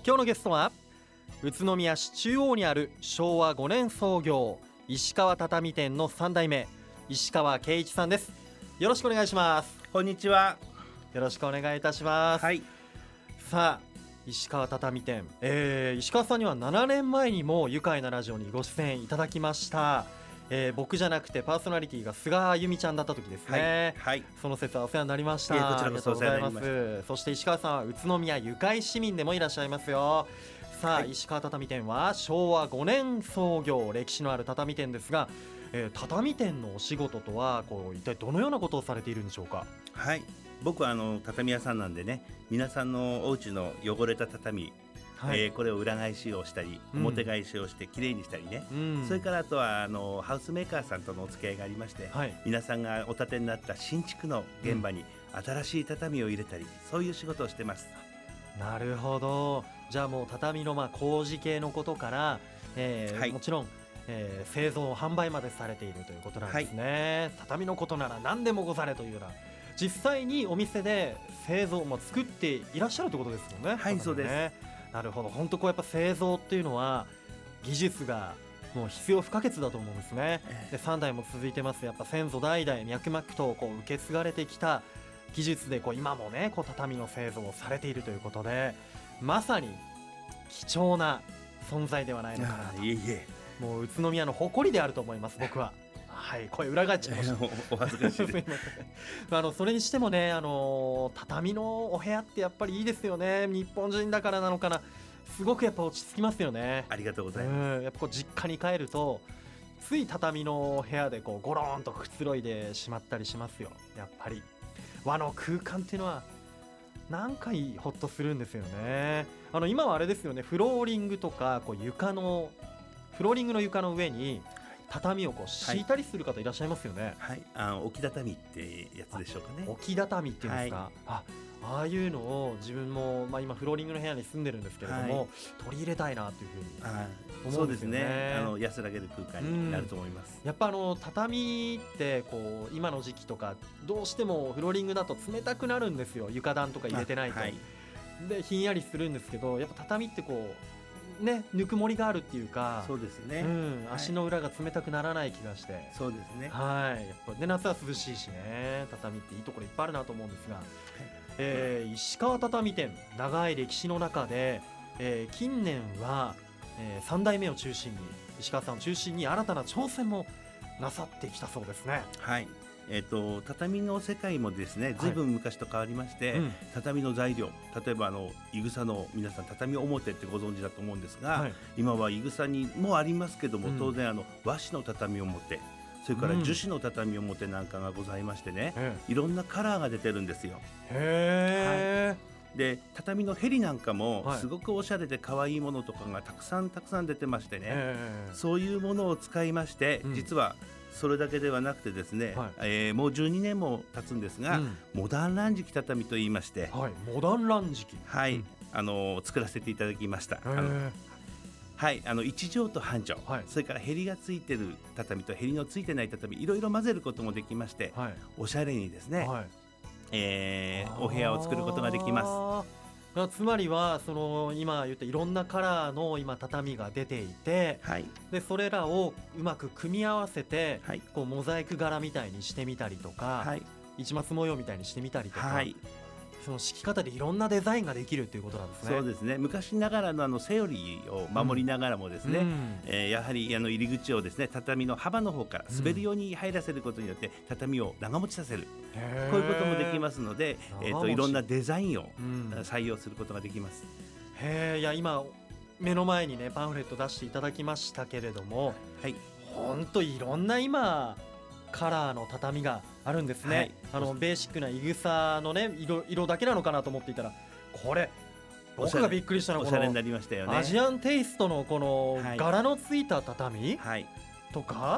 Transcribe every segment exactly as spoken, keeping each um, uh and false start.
今日のゲストは宇都宮市中央にあるしょうわごねん創業石川畳店のさん代目石川圭一さんです。よろしくお願いします。 こんにちは。 よろしくお願いいたします。 はい。 さあ石川畳店、えー、石川さんにはななねんまえにも愉快なラジオにご出演いただきました。えー、僕じゃなくてパーソナリティが菅あゆみちゃんだった時ですね。 はい、はい、 その説はお世話になりました。 いやこちらこそお世話になりました。 そして石川さんは宇都宮ゆかい市民でもいらっしゃいますよ。さあ、はい、石川畳店はしょうわごねん創業、歴史のある畳店ですが、えー、畳店のお仕事とはこう一体どのようなことをされているんでしょうか。 はい、僕はあの畳屋さんなんでね、皆さんのお家の汚れた畳、はい、えー、これを裏返しをしたり、うん、表返しをしてきれいにしたりね、うん、それからあとはあのハウスメーカーさんとのお付き合いがありまして、はい、皆さんがお建てになった新築の現場に新しい畳を入れたり、うん、そういう仕事をしてます。 なるほど。じゃあもう畳のまあ工事系のことから、えーはい、もちろん、えー、製造販売までされているということなんですね、はい、畳のことなら何でもござれというような、実際にお店で製造も作っていらっしゃるということですよね。 はい、そうです。 なるほど。本当こうやっぱ製造っていうのは技術がもう必要不可欠だと思うんですね。でさん代も続いてます。やっぱ先祖代々脈々とこう受け継がれてきた技術でこう今もねこう畳の製造をされているということで、まさに貴重な存在ではないのかなと。 いえいえ、 もう宇都宮の誇りであると思います僕は。はい、声裏返っちゃいました。 お恥ずかしいですあのそれにしてもね、あの畳のお部屋ってやっぱりいいですよね。日本人だからなのかな、すごくやっぱ落ち着きますよね。 ありがとうございます。 やっぱこう実家に帰るとつい畳の部屋でこうゴローンとくつろいでしまったりしますよ。やっぱり和の空間っていうのは何回ホッとするんですよね。あの今はあれですよね、フローリングとかこう床のフローリングの床の上に畳をこう敷いたりする方いらっしゃいますよね。 はい、はい、あの置き畳ってやつでしょうかね。 置き畳っていうんですか、はい、あああいうのを自分も、まあ、今フローリングの部屋に住んでるんですけれども、はい、取り入れたいなというふうに思うんですよね。 そうですね、あの安らげる空間になると思います。 やっぱあの畳ってこう今の時期とかどうしてもフローリングだと冷たくなるんですよ。床暖とか入れてないと、はい、でひんやりするんですけど、やっぱ畳ってこうね、ぬくもりがあるっていうか、 そうですね、 うん、足の裏が冷たくならない気がして、 そうですね、 はい、やっぱで夏は涼しいしね、畳っていいところいっぱいあるなと思うんですが、はい、えー、石川畳店長い歴史の中で、えー、近年は、えー、さん代目を中心に石川さんを中心に新たな挑戦もなさってきたそうですね。 はい、えー、と畳の世界もですね、ずいぶん昔と変わりまして、はい、うん、畳の材料、例えばあのいぐさの皆さん畳表ってご存知だと思うんですが、はい、今はいぐさにもありますけども、うん、当然あの和紙の畳表、それから樹脂の畳表なんかがございましてね、うん、いろんなカラーが出てるんですよ。 へー、はい、 で畳のヘリなんかもすごくおしゃれで可愛いものとかがたくさんたくさん出てましてね、そういうものを使いまして、うん、実はそれだけではなくてですね、はい、えー、もうじゅうにねんも経つんですが、うん、モダン乱敷畳といいまして、 はい、モダン乱敷、 はい、うん、あの作らせていただきました。あのはい、あの一畳と半畳、はい、それからヘリがついてる畳とヘリのついてない畳、いろいろ混ぜることもできまして、はい、おしゃれにですね、はい、えー、お部屋を作ることができます。 つまりはその今言ったいろんなカラーの今畳が出ていて、はい、でそれらをうまく組み合わせて、はい、こうモザイク柄みたいにしてみたりとか、はい、市松模様みたいにしてみたりとか、はい、その敷き方でいろんなデザインができるということなんですね。 そうですね、昔ながらのあのセオリーを守りながらもですね、うん、えー、やはりあの入り口をですね、畳の幅の方から滑るように入らせることによって、うん、畳を長持ちさせる、こういうこともできますので、えー、といろんなデザインを採用することができます。 うん、へー、いや今目の前にねパンフレット出していただきましたけれども、はい、ほんといろんな今カラーの畳があるんですね。はい、あのベーシックないぐさのね 色, 色だけなのかなと思っていたら、これ僕がびっくりしたのはこのアジアンテイストのこの柄のついた畳とか、はい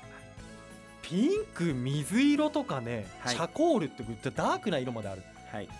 、ピンク、水色とかね、はい、チャコールってダークな色まである、はい、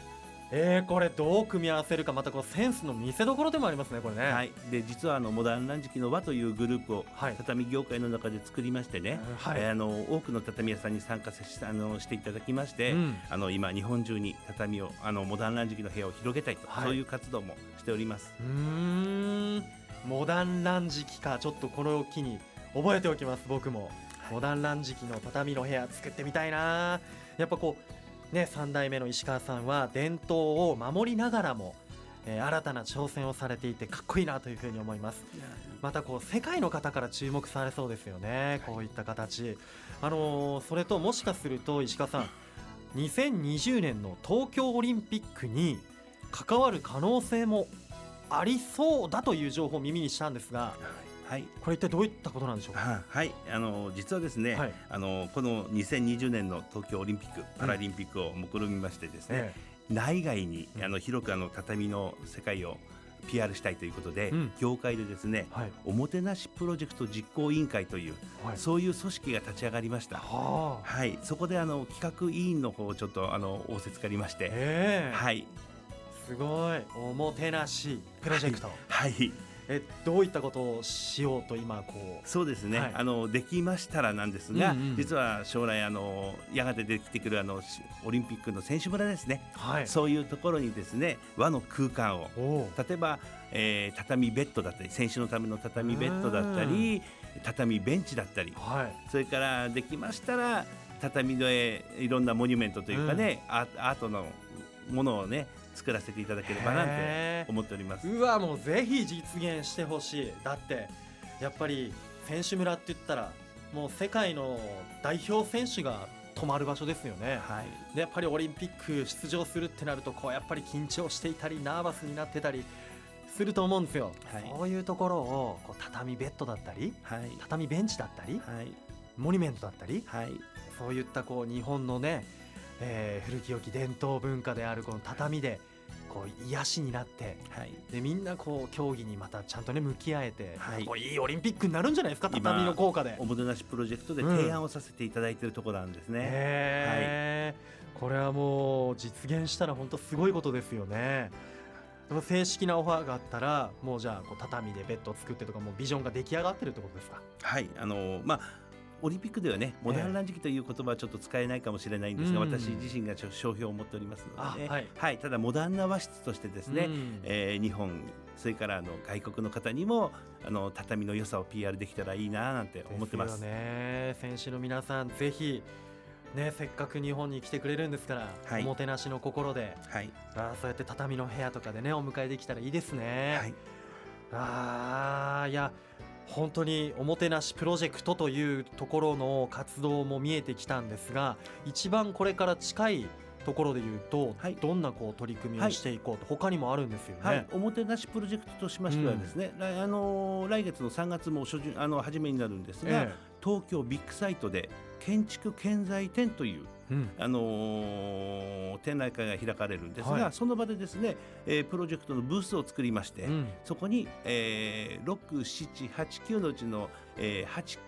えー、これどう組み合わせるか、またこうセンスの見せ所でもありますねこれね。 はい、で実はあのモダンランジキの輪というグループを畳業界の中で作りましてね、はい、えー、あの多くの畳屋さんに参加しあのしていただきまして、うん、あの今日本中に畳をあのモダンランジキの部屋を広げたいと、はい、そういう活動もしております。 うーん、モダンランジキか、ちょっとこれを機に覚えておきます。僕もモダンランジキの畳の部屋作ってみたいな。やっぱこうね、さん代目の石川さんは伝統を守りながらも、えー、新たな挑戦をされていてかっこいいなというふうに思います。またこう世界の方から注目されそうですよね、こういった形。あのー、それともしかすると石川さん、にせんにじゅうねんの東京オリンピックに関わる可能性もありそうだという情報を耳にしたんですが、はい、これ一体どういったことなんでしょうか。 ははい、あの実はですね、はい、あのこのにせんにじゅうねんの東京オリンピック・パラリンピックを目論みましてですね、ええ、内外にあの広くあの畳の世界を ピーアール したいということで、うん、業界でですね、はい、おもてなしプロジェクト実行委員会という、はい、そういう組織が立ち上がりました。はあ、はい、そこであの企画委員の方をちょっとあの仰せつかりまして、えー、はい、 すごいおもてなしプロジェクト、 はい、はい、 えどういったことをしようと今こう。 そうですね、はい、あのできましたらなんですが、うんうん、実は将来あのやがてできてくるあのオリンピックの選手村ですね、はい、そういうところにですね和の空間を、例えば、えー、畳ベッドだったり、選手のための畳ベッドだったり、畳ベンチだったり、はい、それからできましたら畳のいろんなモニュメントというかね、うん、アートのものをね作らせていただければなって思っております。 うわ、もうぜひ実現してほしい。だってやっぱり選手村って言ったらもう世界の代表選手が泊まる場所ですよね、はい、でやっぱりオリンピック出場するってなるとこうやっぱり緊張していたりナーバスになってたりすると思うんですよ、はい、そういうところをこう畳ベッドだったり、はい、畳ベンチだったり、はい、モニュメントだったり、はい、そういったこう日本のね、えー、古き良き伝統文化であるこの畳でこう癒しになって、はい、でみんなこう競技にまたちゃんとね向き合えて、はい、こういいオリンピックになるんじゃないですか、畳の効果で。 おもてなしプロジェクトで提案をさせていただいているところなんですね、うん、 へー、はい、これはもう実現したら本当すごいことですよね。でも正式なオファーがあったらもうじゃあこう畳でベッドを作ってとかもうビジョンが出来上がってるってことですか。 はい、あのまあオリンピックではねモダンランジキという言葉はちょっと使えないかもしれないんですが、うん、私自身が商標を持っておりますので、ね、はいはい、ただモダンな和室としてですね、うん、えー、日本それからあの外国の方にもあの畳の良さを ピーアール できたらいいななんて思ってます。 ですよね。選手の皆さんぜひね、せっかく日本に来てくれるんですから、はい、おもてなしの心で、はい、あそうやって畳の部屋とかでねお迎えできたらいいですね、はい、あーいや本当におもてなしプロジェクトというところの活動も見えてきたんですが、一番これから近いところでいうと、はい、どんなこう取り組みをしていこうと、はい、他にもあるんですよね、はい、 おもてなしプロジェクトとしましてはですね、うん、あの来月のさんがつも初旬あの初めになるんですが、ええ、東京ビッグサイトで建築建材展という、うん、あのー、展覧会が開かれるんですが、はい、その場でですね、えー、プロジェクトのブースを作りまして、うん、そこに、えー、ろく、なな、はち、きゅうのうちの、えー、8,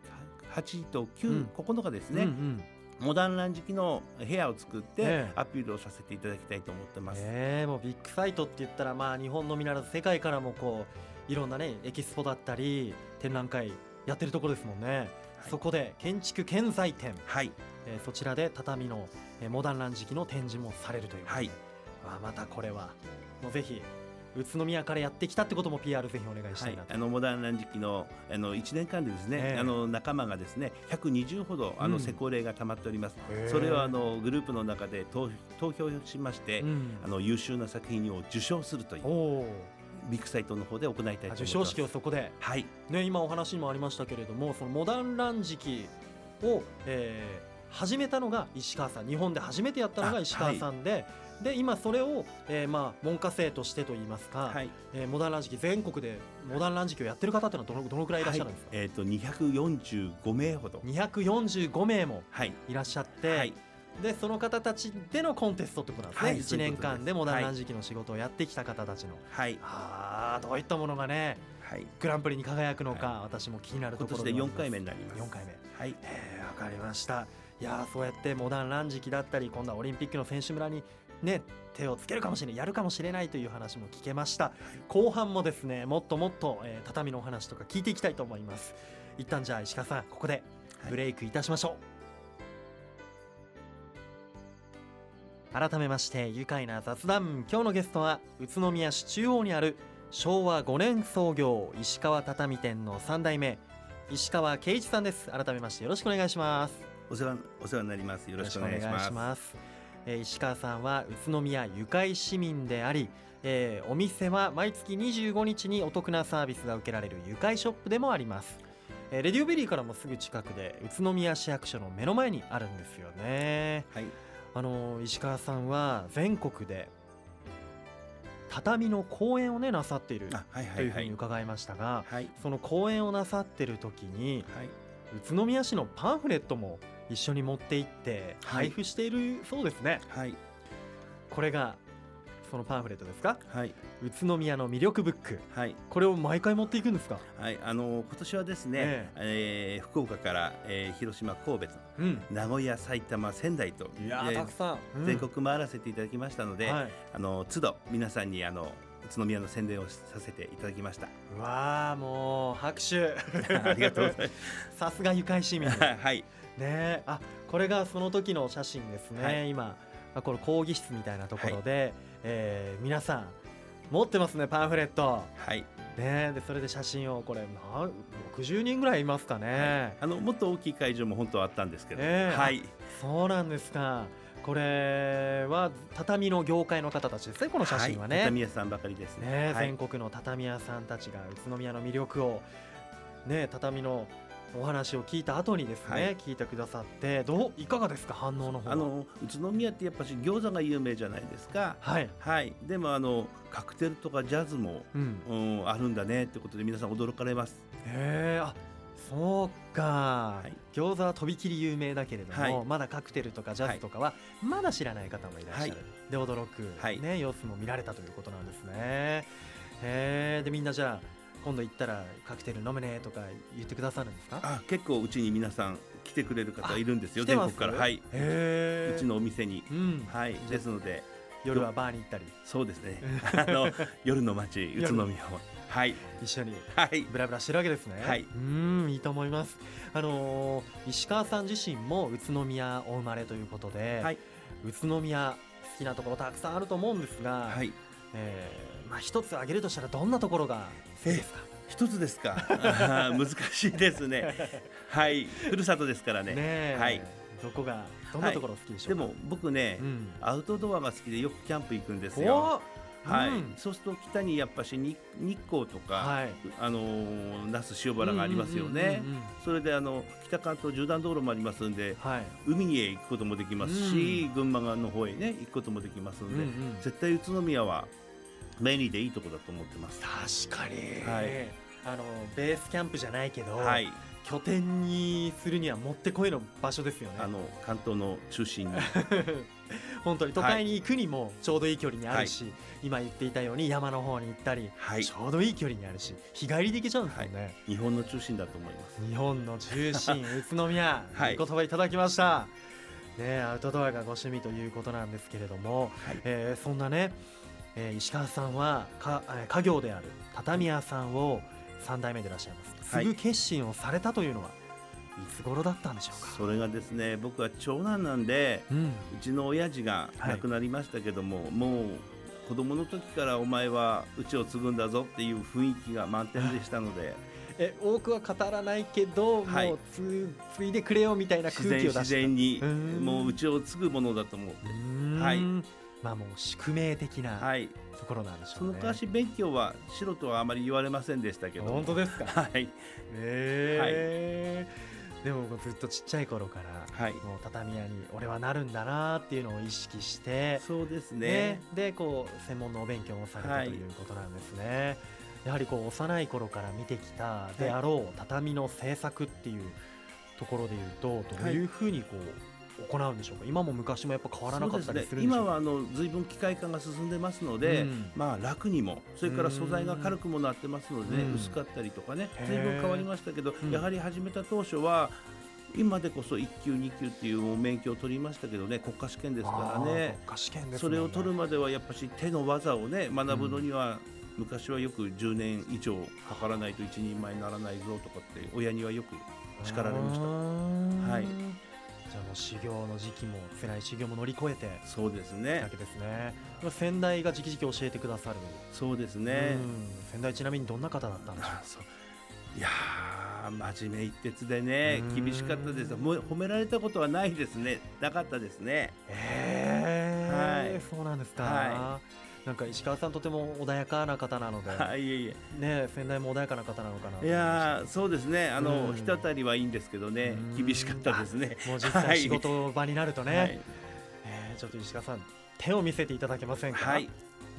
8ときゅう、うん、ここのがですね、うんうん、モダンランジキの部屋を作ってアピールをさせていただきたいと思ってます、 えー、もうビッグサイトって言ったら、まあ、日本のみならず世界からもこういろんなねエキスポだったり展覧会やってるところですもんね、はい、そこで建築建材展、はい、えー、そちらで畳の、えー、モダンランジキの展示もされるという、はい、あまたこれはもうぜひ宇都宮からやってきたってことも ピーアール ぜひお願いしたいなと、 はい、あのモダンランジキ の, あのいちねんかんでですね、えー、あの仲間がですねひゃくにじゅうほどあの施工例がたまっております、うん、それをあのグループの中で 投, 投票しまして、うん、あの優秀な作品を受賞するというビッグサイトの方で行いたいと思います。 授賞式をそこで、はいね、今お話にもありましたけれども、そのモダンランジキを、えー、始めたのが石川さん、日本で初めてやったのが石川さんで、はい、で今それを、えーまあ、門下生としてといいますか、はい、えー、モダンランジキ全国でモダンランジキをやってる方ってのはどの、どのくらいいらっしゃるんですか。 はい、えー、とにひゃくよんじゅうごめいほどにひゃくよんじゅうごめいもいらっしゃって、はいはい、でその方たちでのコンテストってことなんですね、はい、いちねんかんでモダンランジキの仕事をやってきた方たちの、はい、あどういったものがね、はい、グランプリに輝くのか、はい、私も気になるところで今年でよんかいめになります。 よんかいめ、はい、えー、分かりました。いやそうやってモダンランジキだったり今度はオリンピックの選手村にね手をつけるかもしれない、やるかもしれないという話も聞けました。後半もですねもっともっと、えー、畳のお話とか聞いていきたいと思います。一旦じゃあ石川さんここでブレイクいたしましょう、はい、改めまして愉快な雑談、今日のゲストは宇都宮市中央にあるしょうわごねん創業石川畳店のさん代目石川圭一さんです。改めましてよろしくお願いします。 お世話、お世話になります。よろしくお願いします。 ますえー、石川さんは宇都宮ゆかい市民であり、えー、お店は毎月にじゅうごにちにお得なサービスが受けられるゆかいショップでもあります。えー、レディオベリーからもすぐ近くで宇都宮市役所の目の前にあるんですよね。 はい、 あのー、石川さんは全国で畳の講演をねなさっているというふうに伺いましたが、はい、その講演をなさっている時に、はい、宇都宮市のパンフレットも一緒に持って行って配布しているそうですね。はい、これがそのパンフレットですか。はい、宇都宮の魅力ブック、はい、これを毎回持っていくんですか。 はい、あの今年はですね、えええー、福岡から、えー、広島、神戸と、うん、名古屋、埼玉、仙台と、 いや、えー、たくさん、 うん、全国回らせていただきましたので、はい、あの都度皆さんにあの宇都宮の宣伝をさせていただきました。 うわー、もう拍手ありがとうございますさすがゆかい市民はいね、あ、これがその時の写真ですね。はい、今この講義室みたいなところで、はい、えー、皆さん持ってますねパンフレット。はい、ね、でそれで写真をこれろくじゅうにんぐらいいますかね。はい、 あのもっと大きい会場も本当はあったんですけど、 えー、はい、そうなんですか。これは畳の業界の方たちですね、この写真はね。はい、 畳屋さんばかりですね。 ね、はい、全国の畳屋さんたちが宇都宮の魅力をね、畳のお話を聞いた後にですね、はい、聞いてくださって、どういかがですか、反応の方は。 あの宇都宮ってやっぱり餃子が有名じゃないですか。はい、はい、でもあのカクテルとかジャズも、うんうん、あるんだねってことで皆さん驚かれます。 へー、あ、そうか、はい、餃子はとびきり有名だけれども、はい、まだカクテルとかジャズとかはまだ知らない方もいらっしゃる、はい、で驚く、はいね、様子も見られたということなんですね。へー、でみんなじゃあ今度行ったらカクテル飲めねとか言ってくださるんですか。 あ、結構うちに皆さん来てくれる方いるんですよ、全国から。はい、へー、うちのお店に、うん、はい、ですので夜はバーに行ったり。 そうですねあの夜の街宇都宮を、はい、 一緒にブラブラしてるわけですね。はい、うん、いいと思います。あのー、石川さん自身も宇都宮お生まれということで、はい、宇都宮好きなところたくさんあると思うんですが、はい、えーまあ、一つ挙げるとしたらどんなところが好きですか。 一つですか難しいですねはい、ふるさとですからね。ね、 はい、どこがどんなところ好きでしょうか。 はい、でも僕ね、うん、アウトドアが好きでよくキャンプ行くんですよ。はい、うん、そうすると北にやっぱし日光とか、はい、あのー、那須塩原がありますよね。それであの北関東縦断道路もありますんで、はい、海へ行くこともできますし、うん、群馬側の方へね行くこともできますので、うんうん、絶対宇都宮は便利でいいところだと思ってます。 確かに、はい、あのベースキャンプじゃないけど、はい、拠点にするにはもってこいの場所ですよね。あの関東の中心に本当に都会に行くにもちょうどいい距離にあるし、はい、今言っていたように山の方に行ったり、はい、ちょうどいい距離にあるし日帰りで行けちゃうんですよね。はい、 日本の中心だと思います。 日本の中心宇都宮、はい、いい言葉いただきました、ね、アウトドアがご趣味ということなんですけれども、はい、えー、そんなね、えー、石川さんはか、えー、家業である畳屋さんをさん代目でいらっしゃいます。すぐ決心をされたというのは、はい、いつ頃だったんでしょうか。 それがですね、僕は長男なんで、うん、うちの親父が亡くなりましたけども、はい、もう子供の時からお前はうちを継ぐんだぞっていう雰囲気が満点でしたのでえ多くは語らないけど、はい、もうつ継いでくれよみたいな空気を出した。 自然にもううちを継ぐものだと思って、はい、 まあもう宿命的なところなんでしょうね。 その昔勉強は素人はあまり言われませんでしたけど。 本当ですか。 はい、 えーはい、でもずっとちっちゃい頃から、はい、もう畳屋に俺はなるんだなっていうのを意識して、 そうですね、 ね、でこう専門のお勉強をされたということなんですね。はい、やはりこう幼い頃から見てきたであろう畳の製作っていうところでいうと、どういうふうにこう、はい行うんでしょうか。今も昔もやっぱ変わらなかったりするんでしょうか。 そうですね、今はあの随分機械化が進んでますので、うん、まあ楽にも、それから素材が軽くもなってますので、ね、うん、薄かったりとかね随分変わりましたけど、うん、やはり始めた当初は今でこそいっ級に級っていうもう免許を取りましたけどね、国家試験ですからね。 国家試験ですね。 それを取るまではやっぱし手の技をね学ぶのには、うん、昔はよくじゅうねん以上かからないと一人前にならないぞとかって親にはよく叱られました。はい。 じゃあもう修行の時期も辛い修行も乗り越えて、 そうですね。 だけですね。先代が直々教えてくださる。 そうですね。 先代ちなみにどんな方だったんでしょう。 そういやー真面目一徹でね厳しかったです。もう褒められたことはないですね。なかったですね。 へー、はい、そうなんですか。 はい、 なんか石川さんとても穏やかな方なので、 はい、いえいえね、先代も穏やかな方なのかな。 いやそうですね。あの人当たりはいいんですけどね、厳しかったですね。 もう実際仕事場になるとね、はい、えー、ちょっと石川さん手を見せていただけませんか。 はい、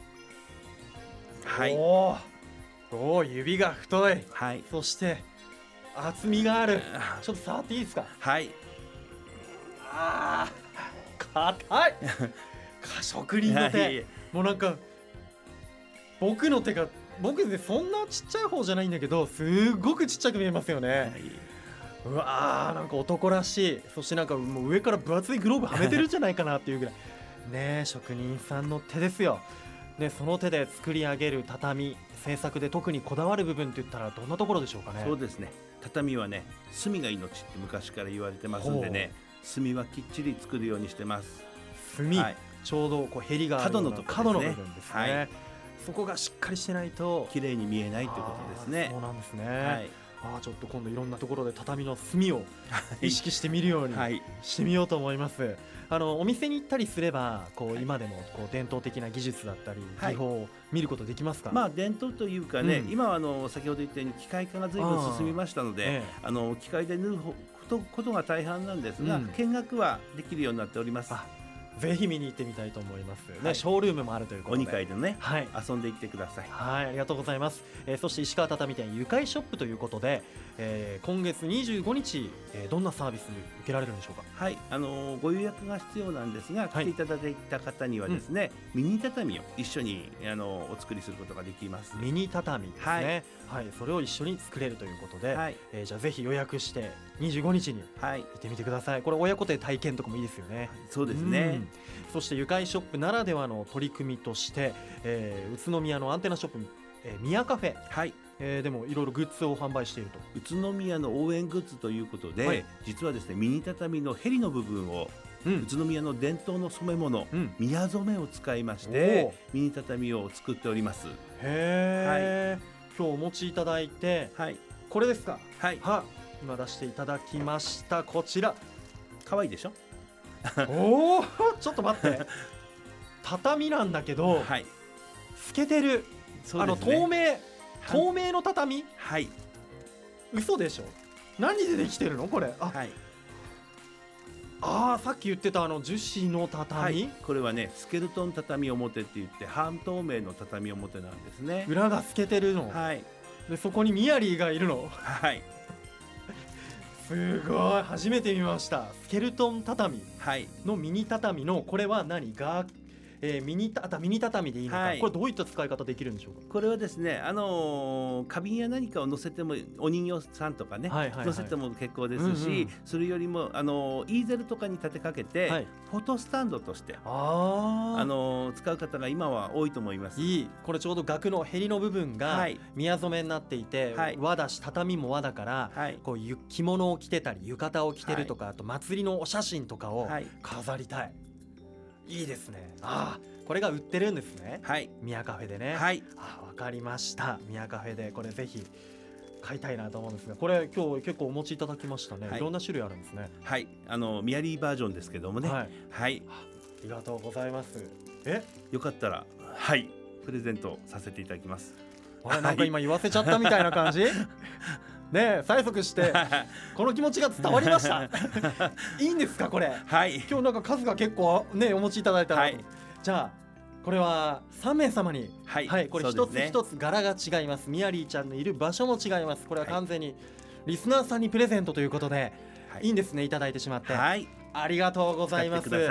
はい、 おお指が太い、 はい、 そして厚みがある。ちょっと触っていいですか。 はい。 ああ硬い職人の手。もうなんか僕の手が僕でそんなちっちゃい方じゃないんだけどすごくちっちゃく見えますよね。はい、うわーなんか男らしい。そしてなんかもう上から分厚いグローブはめてるんじゃないかなっていうぐらいね、職人さんの手ですよ。ね、その手で作り上げる畳、制作で特にこだわる部分って言ったらどんなところでしょうかね。 そうですね。畳はね墨が命って昔から言われてますんでね、墨はきっちり作るようにしてます。 墨、はい、ちょうどこうへりがある角のところですね。 角の部分ですね。はい、そこがしっかりしてないと綺麗に見えないということですね。 そうなんですね。はい、あちょっと今度いろんなところで畳の墨を意識してみるようにしてみようと思います。はい、あのお店に行ったりすればこう、はい、今でもこう伝統的な技術だったり技法を見ることできますか。 まあ伝統というかね、うん、今はあの先ほど言ったように機械化が随分進みましたので、あ、ええ、あの機械で縫うことが大半なんですが、うん、見学はできるようになっております。 ぜひ見に行ってみたいと思います、ね。はい、ショールームもあるということで、 おにかいでね、 はい、 遊んでいってください。 はい、ありがとうございます。えー、そして石川畳店ゆかいショップということで、えー、今月にじゅうごにち、えー、どんなサービス受けられるんでしょうか。 はい、あのー、ご予約が必要なんですが、来ていただいた方にはですね、うん、ミニ畳を一緒に、あのー、お作りすることができます。 ミニ畳ですね。はい、はい、それを一緒に作れるということで、はい、えー、じゃあぜひ予約してにじゅうごにちに行ってみてください。はい、これ親子で体験とかもいいですよね。 そうですね。 そしてゆかいショップならではの取り組みとして、えー、宇都宮のアンテナショップ、えー、宮カフェ、はい、えー、でもいろいろグッズを販売していると。 宇都宮の応援グッズということで、はい、実はですねミニ畳のヘリの部分を、うん、宇都宮の伝統の染め物、うん、宮染めを使いましてミニ畳を作っております。 へー、はい、今日お持ちいただいて、はい、これですか。 はい、 は今出していただきました。こちら可愛いでしょおーちょっと待って畳なんだけど、はい、透けてる。そうですね、あの透明透明の畳、 はい、 嘘でしょ。何でできてるのこれ。あ、はい、あーさっき言ってたあの樹脂の畳、はい、 これはねスケルトン畳表って言って半透明の畳表なんですね。 裏が透けてるの、はい、でそこにミヤリーがいるの。 はいすごい初めて見ました。スケルトン畳のミニ畳のこれは何が、えー、ミニたミニ畳でいいのか、はい、これどういった使い方できるんでしょうか。 これはですね、あのー、花瓶や何かを乗せてもお人形さんとかね、はいはいはい、乗せても結構ですし、うんうん、それよりも、あのー、イーゼルとかに立てかけて、はい、フォトスタンドとしてあ、あのー、使う方が今は多いと思います。 いい。これちょうど額のへりの部分が宮染めになっていて、はい、和だし畳も和だから、はい、こう着物を着てたり浴衣を着てるとか、はい、あと祭りのお写真とかを飾りたい、はい、いいですね。ああこれが売ってるんですね。はい、ミヤカフェでね。はい、あわかりました。ミヤカフェでこれぜひ買いたいなと思うんですが、これ今日結構お持ちいただきましたね。はい、いろんな種類あるんですね。 はい、あのミヤリーバージョンですけどもね。はい、はい、 ありがとうございます。えよかったらはいプレゼントさせていただきます。 あれなんか今言わせちゃったみたいな感じねえ催促してこの気持ちが伝わりましたいいんですかこれ。はい、今日なんか数が結構ねお持ちいただいたの、はい、じゃあこれはさんめいさまに、はい、はい、これ一つ一つ柄が違います。ミヤリーちゃんのいる場所も違います。これは完全にリスナーさんにプレゼントということで、はい、いいんですねいただいてしまって、はい、ありがとうございます。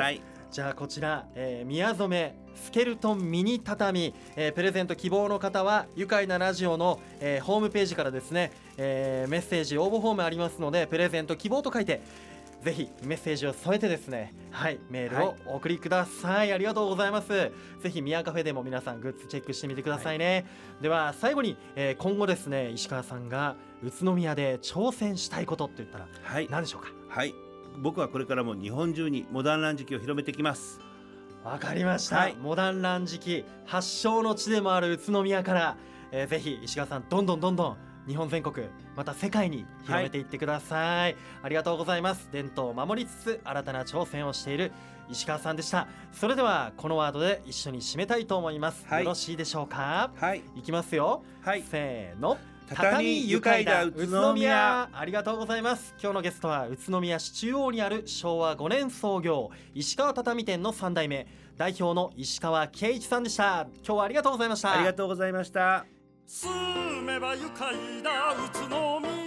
じゃあこちら、えー、宮染スケルトンミニ畳、えー、プレゼント希望の方は愉快なラジオの、えー、ホームページからですね、えー、メッセージ応募フォームありますので、プレゼント希望と書いてぜひメッセージを添えてですね、はい、メールをお送りください、はい、ありがとうございます。ぜひ宮カフェでも皆さんグッズチェックしてみてくださいね、はい、では最後に、えー、今後ですね石川さんが宇都宮で挑戦したいことって言ったら何でしょうか？ はい、はい、僕はこれからも日本中にモダンランジ機を広めてきます。 わかりました、はい、モダンランジ機発祥の地でもある宇都宮から、えー、ぜひ石川さんどんどんどんどん日本全国また世界に広めていってください、はい、ありがとうございます。伝統を守りつつ新たな挑戦をしている石川さんでした。それではこのワードで一緒に締めたいと思います、はい、よろしいでしょうか？はい、いきますよ、はい、せーの、畳愉快だ宇都宮。ありがとうございます。今日のゲストは宇都宮市中央にあるしょうわごねん創業石川畳店のさん代目代表の石川圭一さんでした。今日はありがとうございました。 ありがとうございました。 住めば愉快だ宇都宮。